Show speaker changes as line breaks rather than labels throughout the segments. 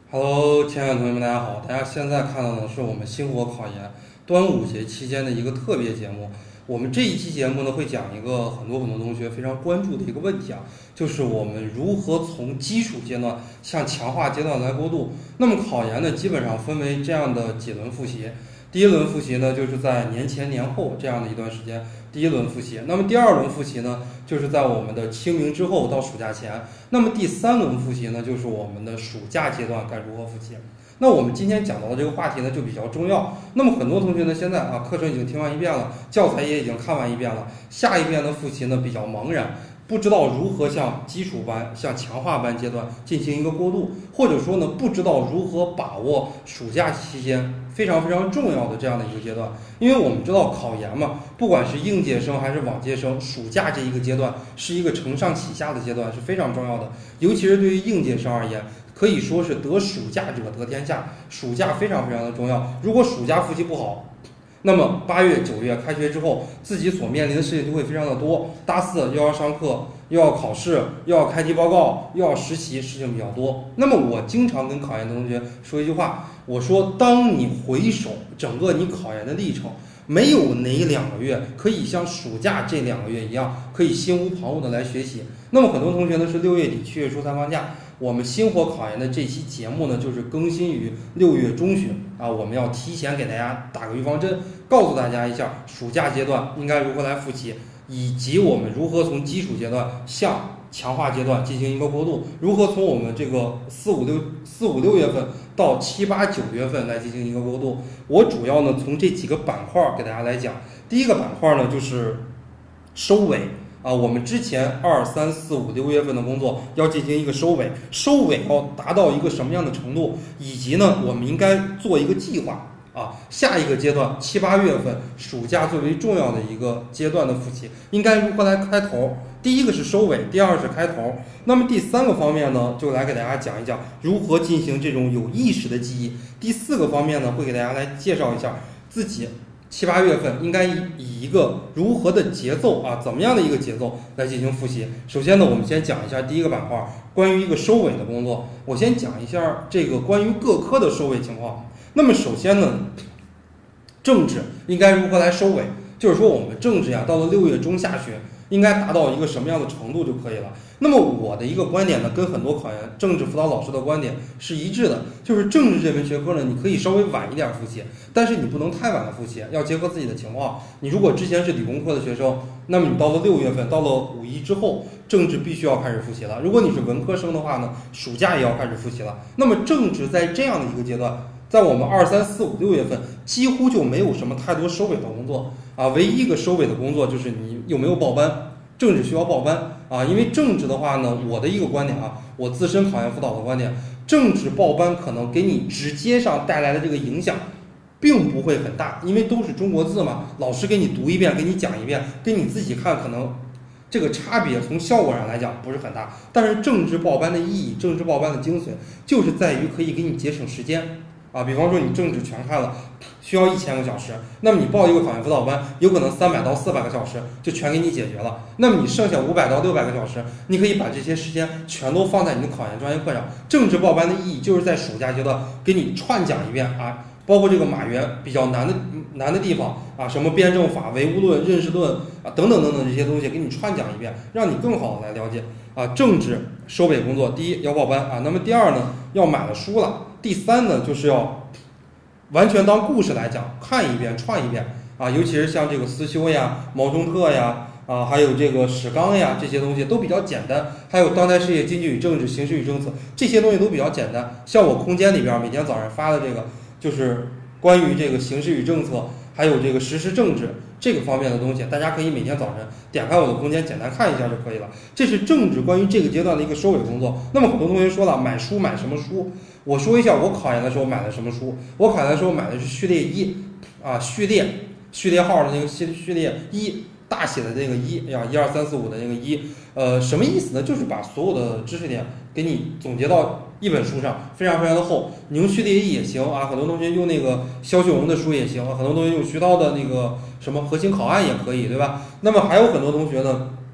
Hello，亲爱的同学们，大家好！大家现在看到的是我们星火考研端午节期间的一个特别节目。我们这一期节目呢，会讲一个很多同学非常关注的一个问题啊，就是我们如何从基础阶段向强化阶段来过渡。那么考研呢，基本上分为这样的几轮复习。第一轮复习呢，就是在年前年后这样的一段时间，第一轮复习。那么第二轮复习呢，就是在我们的清明之后到暑假前。那么第三轮复习呢，就是我们的暑假阶段该如何复习。那我们今天讲到的这个话题呢，就比较重要。那么很多同学呢，现在课程已经听完一遍了，教材也已经看完一遍了，下一遍的复习呢比较茫然，不知道如何向基础班、向强化班阶段进行一个过渡，或者说呢，不知道如何把握暑假期间非常重要的这样的一个阶段。因为我们知道考研嘛，不管是应届生还是往届生，暑假这一个阶段是一个承上启下的阶段，是非常重要的。尤其是对于应届生而言，可以说是得暑假者得天下，暑假非常的重要。如果暑假复习不好，那么8月、9月开学之后，自己所面临的事情就会非常的多。大四又要上课，又要考试，又要开题报告，又要实习，事情比较多。那么我经常跟考研的同学说一句话，我说，当你回首整个你考研的历程，没有哪2个月可以像暑假这2个月一样，可以心无旁骛的来学习。那么很多同学呢是6月底7月初才放假，我们星火考研的这期节目呢，就是更新于6月中旬啊，我们要提前给大家打个预防针，告诉大家一下暑假阶段应该如何来复习，以及我们如何从基础阶段向强化阶段进行一个过渡，如何从我们这个4、5、6月份到7、8、9月份来进行一个过渡。我主要呢从这几个板块给大家来讲。第一个板块呢就是收尾啊，我们之前2、3、4、5、6月份的工作要进行一个收尾，收尾要达到一个什么样的程度，以及呢我们应该做一个计划啊，下一个阶段7、8月份暑假最为重要的一个阶段的复习应该如何来开头。第一个是收尾，第二是开头。那么第三个方面呢，就来给大家讲一讲如何进行这种有意识的记忆。第四个方面呢，会给大家来介绍一下自己7、8月份应该以一个如何的节奏啊，怎么样的一个节奏来进行复习。首先呢，我们先讲一下第一个板块，关于一个收尾的工作。我先讲一下这个关于各科的收尾情况。那么首先呢，政治应该如何来收尾？就是说我们政治呀，到了6月中下旬应该达到一个什么样的程度就可以了。那么我的一个观点呢，跟很多考研政治辅导老师的观点是一致的，就是政治这门学科呢，你可以稍微晚一点复习，但是你不能太晚的复习，要结合自己的情况。你如果之前是理工科的学生，那么你到了6月份，到了5一之后，政治必须要开始复习了。如果你是文科生的话呢，暑假也要开始复习了。那么政治在这样的一个阶段，在我们2、3、4、5、6月份几乎就没有什么太多收尾的工作啊，唯一一个收尾的工作就是你有没有报班，政治需要报班啊，因为政治的话呢，我的一个观点啊，我自身考研辅导的观点，政治报班可能给你直接上带来的这个影响并不会很大，因为都是中国字嘛，老师给你读一遍，给你讲一遍，给你自己看，可能这个差别从效果上来讲不是很大。但是政治报班的意义，政治报班的精髓，就是在于可以给你节省时间啊。比方说你政治全看了，需要1000个小时，那么你报一个考研辅导班，有可能300到400个小时就全给你解决了。那么你剩下500到600个小时，你可以把这些时间全都放在你的考研专业课上。政治报班的意义就是在暑假阶段给你串讲一遍啊，包括这个马原比较难的地方啊，什么辩证法、唯物论、认识论啊等等这些东西给你串讲一遍，让你更好的来了解啊。政治收尾工作，第一要报班啊，那么第二呢要买了书了，第三呢就是要完全当故事来讲，看一遍串一遍啊，尤其是像这个思修呀、毛中特呀啊，还有这个史纲呀，这些东西都比较简单。还有当代世界经济与政治、形势与政策，这些东西都比较简单。像我空间里边每天早上发的这个，就是关于这个形势与政策，还有这个时事政治这个方面的东西，大家可以每天早晨点开我的空间，简单看一下就可以了。这是政治关于这个阶段的一个收尾工作。那么很多同学说了，买书买什么书？我说一下我考研的时候买的什么书。我考研的时候买的是序列1啊，序列号的那个序列1，大写的那个1呀，1、2、3、4、5的那个1，什么意思呢？就是把所有的知识点给你总结到一本书上，非常的厚。你用序列1也行啊，很多同学用那个肖秀荣的书也行，很多同学用徐涛的那个什么核心考案也可以，对吧？那么还有很多同学呢，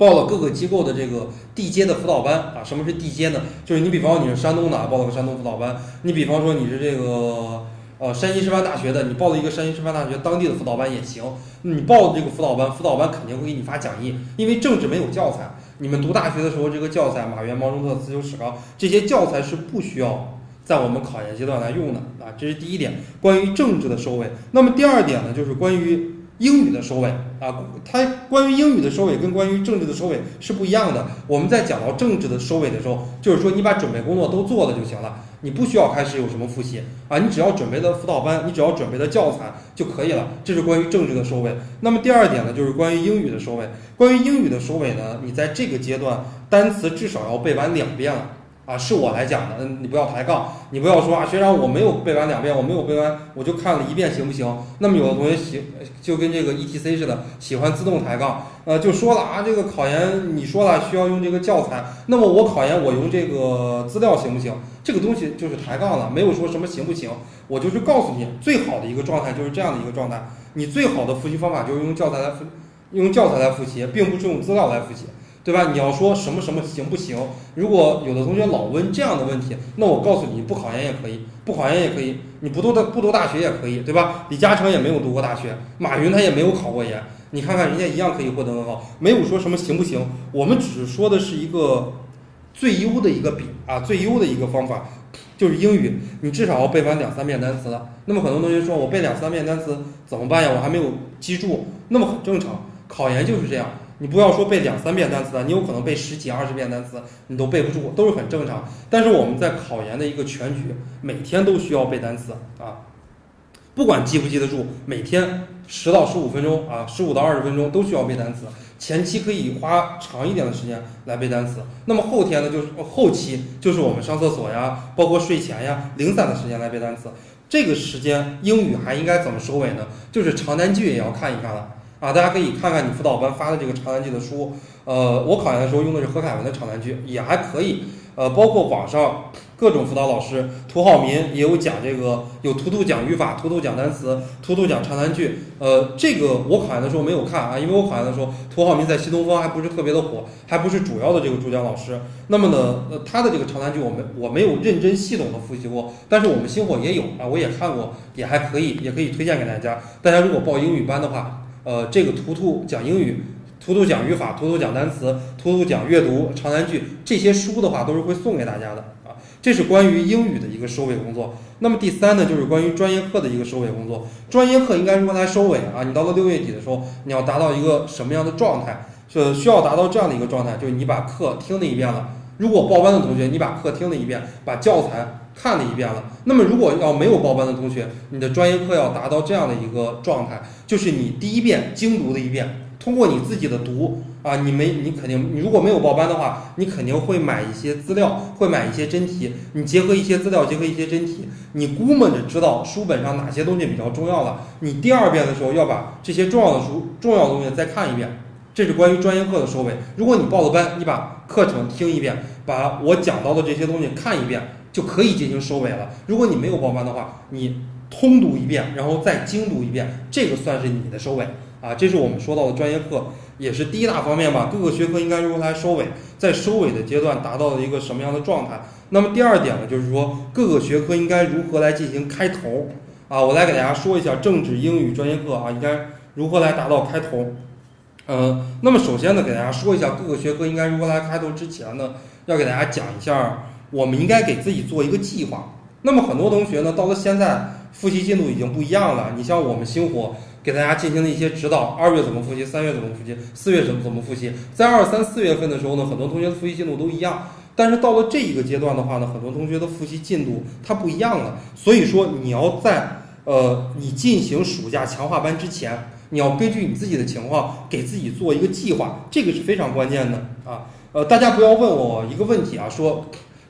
报了各个机构的这个地接的辅导班啊。什么是地接呢？就是你比方说你是山东的，报了个山东辅导班；你比方说你是这个山西师范大学的，你报了一个山西师范大学当地的辅导班也行。你报的这个辅导班肯定会给你发讲义，因为政治没有教材。你们读大学的时候，这个教材马原、毛中特、自修史纲这些教材是不需要在我们考研阶段来用的啊，这是第一点，关于政治的收尾。那么第二点呢，就是关于英语的收尾啊，它关于英语的收尾跟关于政治的收尾是不一样的。我们在讲到政治的收尾的时候，就是说你把准备工作都做了就行了，你不需要开始有什么复习啊，你只要准备的辅导班，你只要准备的教材就可以了。这是关于政治的收尾。那么第二点呢，就是关于英语的收尾。关于英语的收尾呢，你在这个阶段单词至少要背完2遍了。啊，是我来讲的，你不要抬杠，你不要说啊，学长我没有背完2遍，我没有背完，我就看了1遍行不行？那么有的同学就跟这个 ETC 似的，喜欢自动抬杠，就说了啊，这个考研你说了需要用这个教材，那么我考研我用这个资料行不行？这个东西就是抬杠了，没有说什么行不行，我就是告诉你，最好的一个状态就是这样的一个状态，你最好的复习方法就是用教材来复习，并不是用资料来复习。对吧？你要说什么什么行不行？如果有的同学老问这样的问题，那我告诉你，不考研也可以，不考研也可以，你不读大学也可以，对吧？李嘉诚也没有读过大学，马云他也没有考过研，你看看人家一样可以获得很好，没有说什么行不行，我们只是说的是一个最优的一个最优的一个方法，就是英语，你至少要背完2-3遍单词了。那么很多同学说我背2-3遍单词怎么办呀？我还没有记住，那么很正常，考研就是这样。你不要说背2-3遍单词了，你有可能背10几20遍单词，你都背不住，都是很正常。但是我们在考研的一个全局，每天都需要背单词啊，不管记不记得住，每天10到15分钟啊，15到20分钟都需要背单词。前期可以花长一点的时间来背单词，那么后期就是我们上厕所呀，包括睡前呀，零散的时间来背单词。这个时间英语还应该怎么收尾呢？就是长难句也要看一看了。啊，大家可以看看你辅导班发的这个长难句的书，我考研的时候用的是何凯文的长难句，也还可以，包括网上各种辅导老师，涂浩民也有讲这个，有图图讲语法，图图讲单词，图图讲长难句，这个我考研的时候没有看啊，因为我考研的时候涂浩民在新东方还不是特别的火，还不是主要的这个主讲老师。那么呢，他的这个长难句我没有认真系统的复习过，但是我们星火也有啊，我也看过，也还可以，也可以推荐给大家。大家如果报英语班的话，这个图图讲英语，图图讲语法，图图讲单词，图图讲阅读长难句，这些书的话都是会送给大家的啊。这是关于英语的一个收尾工作。那么第3呢，就是关于专业课的一个收尾工作。专业课应该如何来收尾啊？你到了6月底的时候，你要达到一个什么样的状态？需要达到这样的一个状态，就是你把课听了一遍了。如果报班的同学，你把课听了一遍，把教材看了一遍了。那么如果要没有报班的同学，你的专业课要达到这样的一个状态，就是你第1遍精读了一遍，通过你自己的读啊，你如果没有报班的话，你肯定会买一些资料，会买一些真题，你结合一些资料，结合一些真题，你估摸着知道书本上哪些东西比较重要了，你第2遍的时候要把这些重要的东西再看一遍。这是关于专业课的收尾。如果你报了班，你把课程听一遍，把我讲到的这些东西看一遍，就可以进行收尾了。如果你没有报班的话，你通读一遍，然后再精读一遍，这个算是你的收尾啊。这是我们说到的专业课，也是第1大方面吧。各个学科应该如何来收尾，在收尾的阶段达到了一个什么样的状态。那么第2点呢，就是说各个学科应该如何来进行开头啊。我来给大家说一下政治、英语专业课啊，应该如何来达到开头。那么首先呢，给大家说一下各个学科应该如何来开头之前呢，要给大家讲一下，我们应该给自己做一个计划。那么很多同学呢，到了现在复习进度已经不一样了。你像我们星火给大家进行了一些指导，2月怎么复习，3月怎么复习，4月怎么复习。在2、3、4月份的时候呢，很多同学的复习进度都一样。但是到了这一个阶段的话呢，很多同学的复习进度它不一样了。所以说你要在你进行暑假强化班之前，你要根据你自己的情况给自己做一个计划，这个是非常关键的啊。大家不要问我一个问题啊，说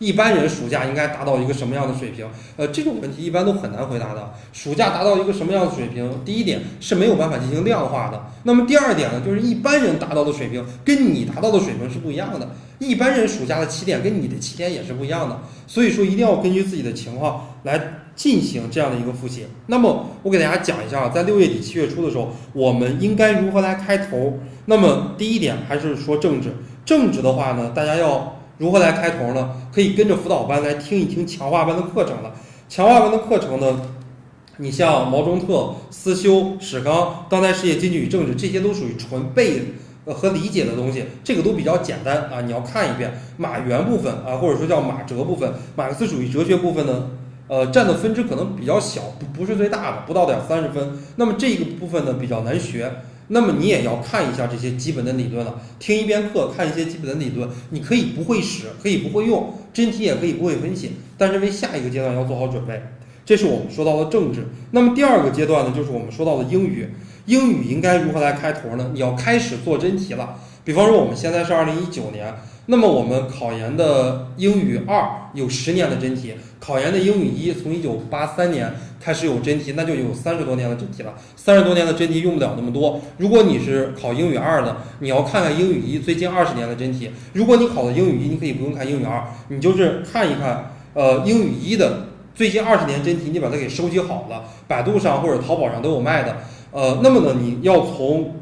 一般人暑假应该达到一个什么样的水平？这种问题一般都很难回答的。暑假达到一个什么样的水平？第一点是没有办法进行量化的。那么第二点呢，就是一般人达到的水平跟你达到的水平是不一样的。一般人暑假的起点跟你的起点也是不一样的，所以说一定要根据自己的情况来进行这样的一个复习。那么我给大家讲一下，在6月底7月初的时候，我们应该如何来开头。那么第一点还是说政治。政治的话呢，大家要如何来开头呢？可以跟着辅导班来听一听强化班的课程了。强化班的课程呢，你像毛中特、思修、史纲、当代世界经济与政治，这些都属于纯背和理解的东西，这个都比较简单啊，你要看一遍。马原部分啊，或者说叫马哲部分，马克思主义哲学部分呢，占的分值可能比较小，不是最大的，不到30分。那么这个部分呢比较难学，那么你也要看一下这些基本的理论了，听一遍课，看一些基本的理论，你可以不会使，可以不会用，真题也可以不会分析，但是为下一个阶段要做好准备。这是我们说到的政治。那么第二个阶段呢，就是我们说到的英语。英语应该如何来开头呢？你要开始做真题了。比方说我们现在是2019年，那么我们考研的英语2有10年的真题，考研的英语1从1983年开始有真题，那就有30多年的真题了。30多年的真题用不了那么多。如果你是考英语2的，你要看看英语1最近20年的真题。如果你考的英语1，你可以不用看英语2，你就是看一看英语1的最近20年真题，你把它给收集好了，百度上或者淘宝上都有卖的。那么呢，你要从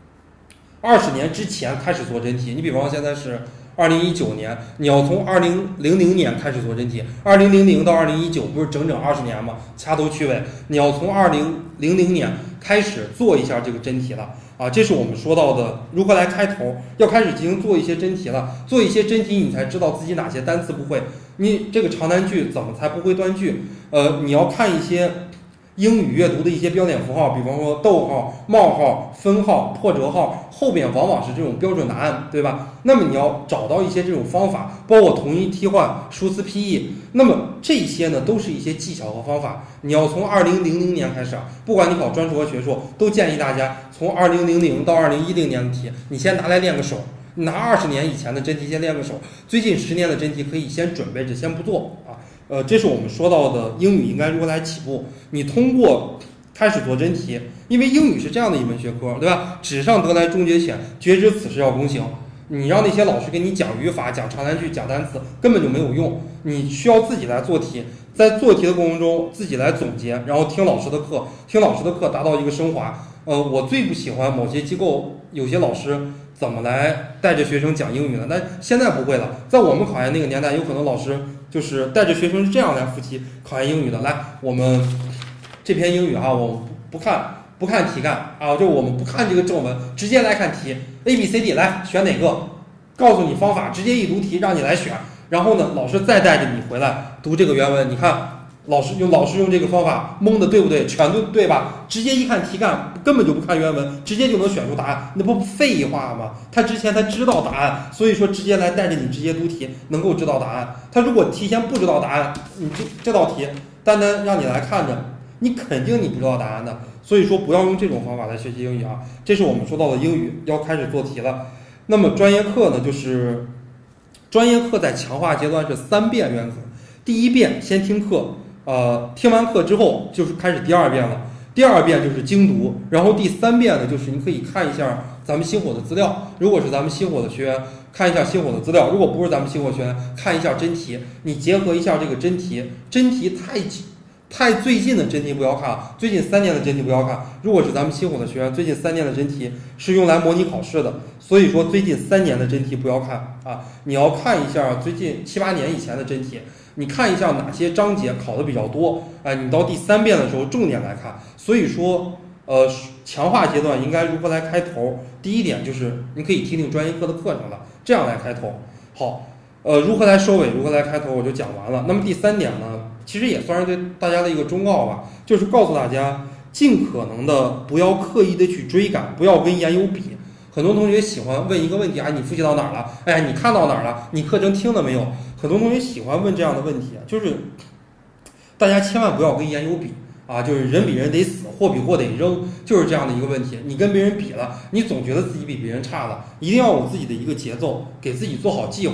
20年之前开始做真题。你比方说现在是2019年，你要从2000年开始做真题。2000到2019不是整整20年吗？掐头去尾，你要从2000年开始做一下这个真题了啊！这是我们说到的如何来开头，要开始进行做一些真题了。做一些真题，你才知道自己哪些单词不会。你这个长难句怎么才不会断句？你要看一些英语阅读的一些标点符号，比方说逗号、冒号、分号、破折号，后边往往是这种标准答案，对吧？那么你要找到一些这种方法，包括同音替换、殊词批译。那么这些呢，都是一些技巧和方法。你要从2000年开始啊，不管你考专硕和学硕，都建议大家从2000到2010年的题，你先拿来练个手。拿20年以前的真题先练个手，最近10年的真题可以先准备着，先不做啊。这是我们说到的英语应该如何来起步。你通过开始做真题，因为英语是这样的一门学科，对吧？纸上得来终觉浅，绝知此事要躬行。你让那些老师给你讲语法、讲长难句、讲单词，根本就没有用。你需要自己来做题，在做题的过程中自己来总结，然后听老师的课，听老师的课达到一个升华。我最不喜欢某些机构有些老师怎么来带着学生讲英语呢？那现在不会了，在我们考研那个年代，有可能老师就是带着学生是这样来复习考研英语的。来，我们这篇英语啊，我们不看题干啊，就我们不看这个正文，直接来看题 A、B、C、D， 来选哪个，告诉你方法，直接一读题让你来选。然后呢，老师再带着你回来读这个原文，你看。老师用这个方法蒙的对不对？全都对吧？直接一看题干，根本就不看原文，直接就能选出答案，那不废话吗？他之前他知道答案，所以说直接来带着你直接读题，能够知道答案。他如果提前不知道答案，你这道题单单让你来看着，你肯定你不知道答案的。所以说不要用这种方法来学习英语啊。这是我们说到的英语要开始做题了。那么专业课呢，就是专业课在强化阶段是3遍原则。第一遍先听课。听完课之后就是开始第2遍了，第2遍就是精读，然后第3遍呢就是你可以看一下咱们星火的资料，如果是咱们星火的学员看一下星火的资料，如果不是咱们星火学员看一下真题，你结合一下这个真题太最近的真题不要看，最近3年的真题不要看。如果是咱们星火的学员，最近3年的真题是用来模拟考试的，所以说最近3年的真题不要看啊，你要看一下最近7、8年以前的真题。你看一下哪些章节考的比较多，你到第3遍的时候重点来看。所以说，强化阶段应该如何来开头？第一点就是你可以听听专业课的课程了，这样来开头。好，如何来收尾，如何来开头，我就讲完了。那么第3点呢，其实也算是对大家的一个忠告吧，就是告诉大家尽可能的不要刻意的去追赶，不要跟研友比。很多同学喜欢问一个问题啊，你复习到哪儿了？哎，你看到哪儿了？你课程听了没有？很多同学喜欢问这样的问题，就是大家千万不要跟研友比啊，就是人比人得死，货比货得扔，就是这样的一个问题。你跟别人比了，你总觉得自己比别人差了，一定要有自己的一个节奏，给自己做好计划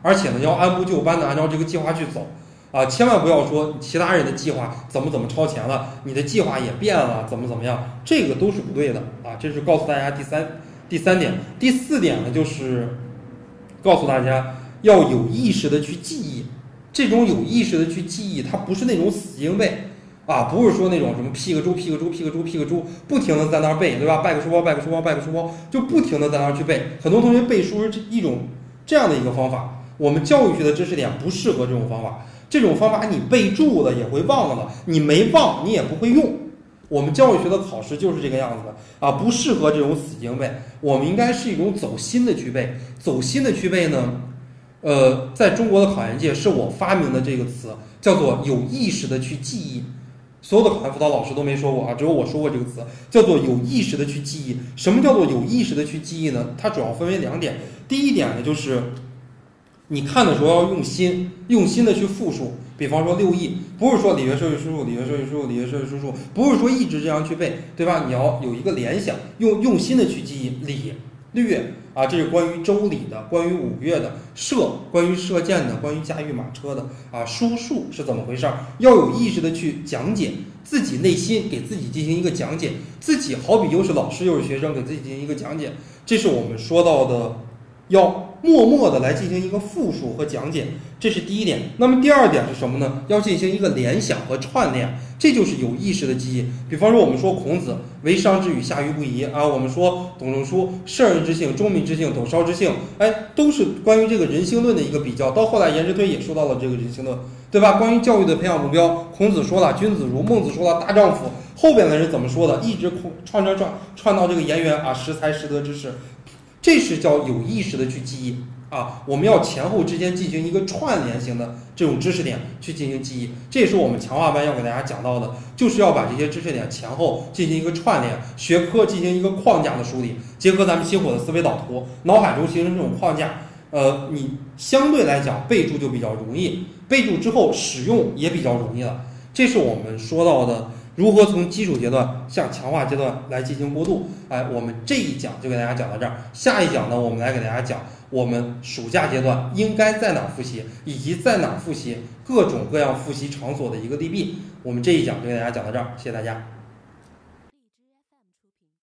而且呢要按部就班的按照这个计划去走。千万不要说其他人的计划怎么超前了，你的计划也变了，怎么样，这个都是不对的啊。这是告诉大家第三点。第四点呢，就是告诉大家要有意识的去记忆。这种有意识的去记忆，它不是那种死记硬背啊，不是说那种什么批个猪，不停的在那儿背，对吧？拜个书包，就不停的在那儿去背。很多同学背书是一种这样的一个方法，我们教育学的知识点不适合这种方法。这种方法你背住了也会忘了，你没忘你也不会用。我们教育学的考试就是这个样子的啊，不适合这种死记硬背。我们应该是一种走心的去背。走心的去背呢，在中国的考研界是我发明的这个词，叫做有意识的去记忆。所有的考研辅导老师都没说过啊，只有我说过这个词，叫做有意识的去记忆。什么叫做有意识的去记忆呢？它主要分为两点。第一点呢，就是你看的时候要用心的去复述。比方说6艺，不是说理学设计输入，不是说一直这样去背，对吧？你要有一个联想，用心的去记忆。礼略啊，这是关于周礼的，关于五岳的；射，关于射箭的，关于驾驭马车的啊。书数是怎么回事？要有意识的去讲解，自己内心给自己进行一个讲解，自己好比又是老师又是学生，给自己进行一个讲解。这是我们说到的，要默默的来进行一个复述和讲解，这是第一点。那么第二点是什么呢？要进行一个联想和串联，这就是有意识的记忆。比方说我们说孔子为商之语，下愚不移啊，我们说董仲舒圣人之性、忠民之性、斗烧之性，都是关于这个人性论的一个比较。到后来颜值推也说到了这个人性论，对吧？关于教育的培养目标，孔子说了君子如，孟子说了大丈夫，后边的人怎么说的？一直串到这个颜渊啊，识才识德之士。这是叫有意识的去记忆啊！我们要前后之间进行一个串联型的这种知识点去进行记忆，这也是我们强化班要给大家讲到的，就是要把这些知识点前后进行一个串联，学科进行一个框架的梳理，结合咱们星火的思维导图，脑海中形成这种框架，你相对来讲背注就比较容易，背注之后使用也比较容易了。这是我们说到的如何从基础阶段向强化阶段来进行过渡。我们这一讲就给大家讲到这儿，下一讲呢，我们来给大家讲我们暑假阶段应该在哪儿复习，以及在哪儿复习各种各样复习场所的一个利弊。我们这一讲就给大家讲到这儿，谢谢大家。